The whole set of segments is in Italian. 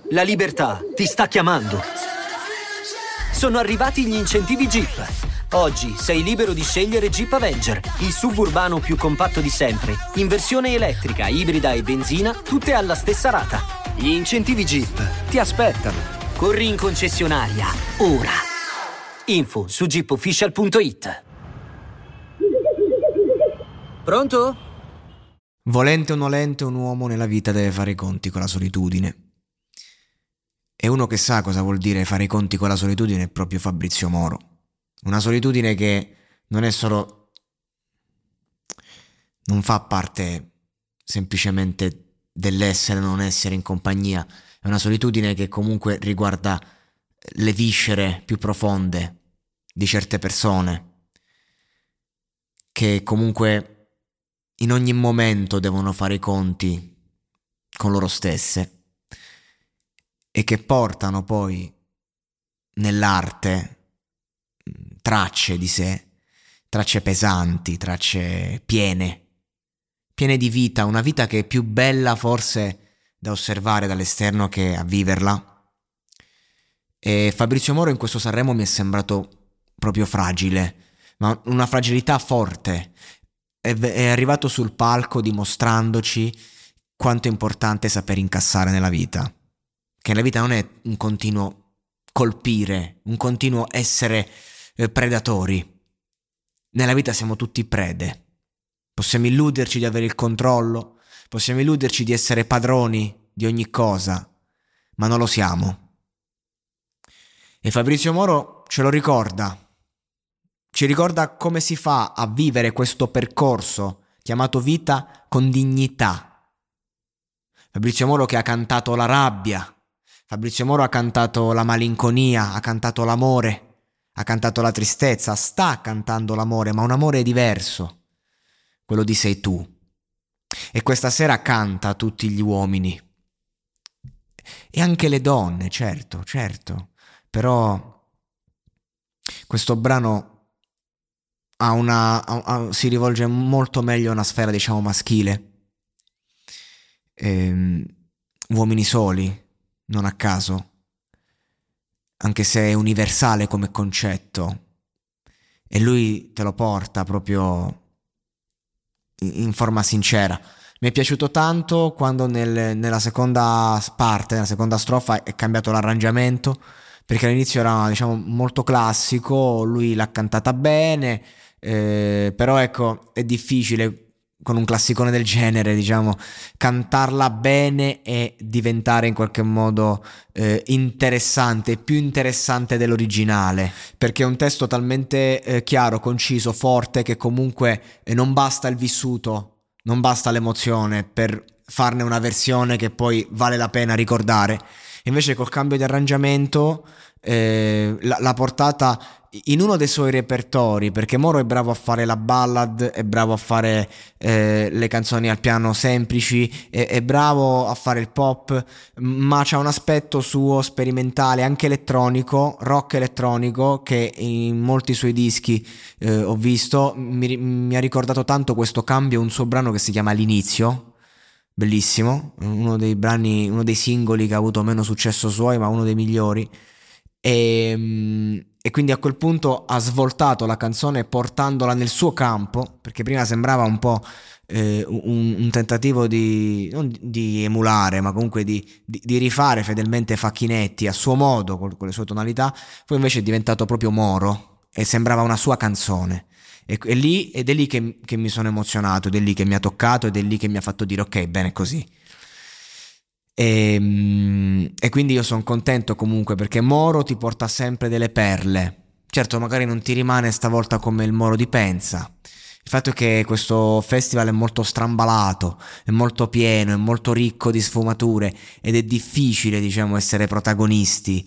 La libertà ti sta chiamando. Sono arrivati gli incentivi Jeep. Oggi sei libero di scegliere Jeep Avenger, il SUV urbano più compatto di sempre, in versione elettrica, ibrida e benzina, tutte alla stessa rata. Gli incentivi Jeep ti aspettano. Corri in concessionaria, ora. Info su jeepofficial.it. Pronto? Volente o nolente, un uomo nella vita deve fare i conti con la solitudine. E uno che sa cosa vuol dire fare i conti con la solitudine è proprio Fabrizio Moro. Una solitudine che non è solo... non fa parte semplicemente dell'essere o non essere in compagnia. È una solitudine che comunque riguarda le viscere più profonde di certe persone, che comunque in ogni momento devono fare i conti con loro stesse e che portano poi nell'arte tracce di sé, tracce pesanti, tracce piene di vita, una vita che è più bella forse da osservare dall'esterno che a viverla. E Fabrizio Moro in questo Sanremo mi è sembrato proprio fragile, ma una fragilità forte. È arrivato sul palco dimostrandoci quanto è importante saper incassare nella vita, che la vita non è un continuo colpire, un continuo essere predatori. Nella vita siamo tutti prede. Possiamo illuderci di avere il controllo, possiamo illuderci di essere padroni di ogni cosa, ma non lo siamo. E Fabrizio Moro ce lo ricorda. Ci ricorda come si fa a vivere questo percorso chiamato vita con dignità. Fabrizio Moro che ha cantato la rabbia, Fabrizio Moro ha cantato la malinconia, ha cantato l'amore, ha cantato la tristezza, sta cantando l'amore, ma un amore diverso, quello di sei tu. E questa sera canta a tutti gli uomini e anche le donne, certo, però questo brano si rivolge molto meglio a una sfera, diciamo, maschile. Uomini soli, non a caso, anche se è universale come concetto, e lui te lo porta proprio in forma sincera. Mi è piaciuto tanto quando nella seconda parte, nella seconda strofa, è cambiato l'arrangiamento, perché all'inizio era, diciamo, molto classico, lui l'ha cantata bene, però ecco, è difficile con un classicone del genere, diciamo, cantarla bene e diventare in qualche modo interessante, più interessante dell'originale, perché è un testo talmente chiaro, conciso, forte, che comunque non basta il vissuto, non basta l'emozione per farne una versione che poi vale la pena ricordare. Invece col cambio di arrangiamento l'ha portata in uno dei suoi repertori, perché Moro è bravo a fare la ballad, è bravo a fare le canzoni al piano semplici, è bravo a fare il pop, ma c'ha un aspetto suo sperimentale, anche elettronico, rock elettronico, che in molti suoi dischi ho visto. Mi ha ricordato tanto questo cambio un suo brano che si chiama L'Inizio, bellissimo, uno dei brani, uno dei singoli che ha avuto meno successo suoi, ma uno dei migliori. E quindi a quel punto ha svoltato la canzone portandola nel suo campo, perché prima sembrava un po' un tentativo non di emulare, ma comunque di rifare fedelmente Facchinetti a suo modo, con le sue tonalità. Poi invece è diventato proprio Moro e sembrava una sua canzone. Ed è lì che mi sono emozionato, ed è lì che mi ha toccato, ed è lì che mi ha fatto dire ok, bene così. E quindi io sono contento comunque, perché Moro ti porta sempre delle perle. Certo, magari non ti rimane stavolta come il Moro di Penza. Il fatto è che questo festival è molto strambalato, è molto pieno, è molto ricco di sfumature, ed è difficile, diciamo, essere protagonisti.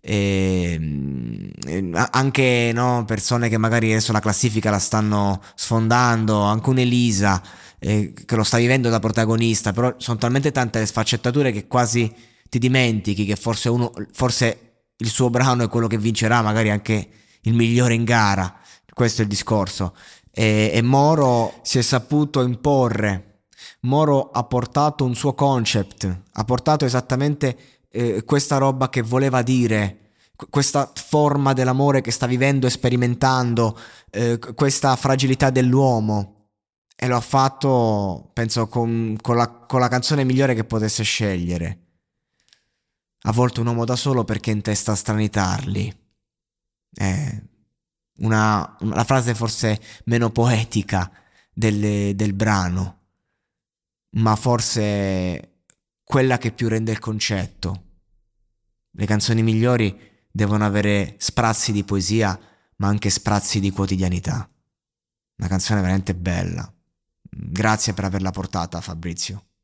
Anche, no, persone che magari adesso la classifica la stanno sfondando, anche un'Elisa che lo sta vivendo da protagonista, però sono talmente tante le sfaccettature che quasi ti dimentichi che forse il suo brano è quello che vincerà, magari anche il migliore in gara. Questo è il discorso. E Moro si è saputo imporre. Moro ha portato un suo concept, ha portato esattamente questa roba che voleva dire, questa forma dell'amore che sta vivendo e sperimentando, questa fragilità dell'uomo. E lo ha fatto, penso, con la canzone migliore che potesse scegliere. A volte un uomo da solo perché in testa stranitarli. È la frase forse meno poetica del brano, ma forse quella che più rende il concetto. Le canzoni migliori devono avere sprazzi di poesia, ma anche sprazzi di quotidianità. Una canzone veramente bella. Grazie per averla portata, Fabrizio.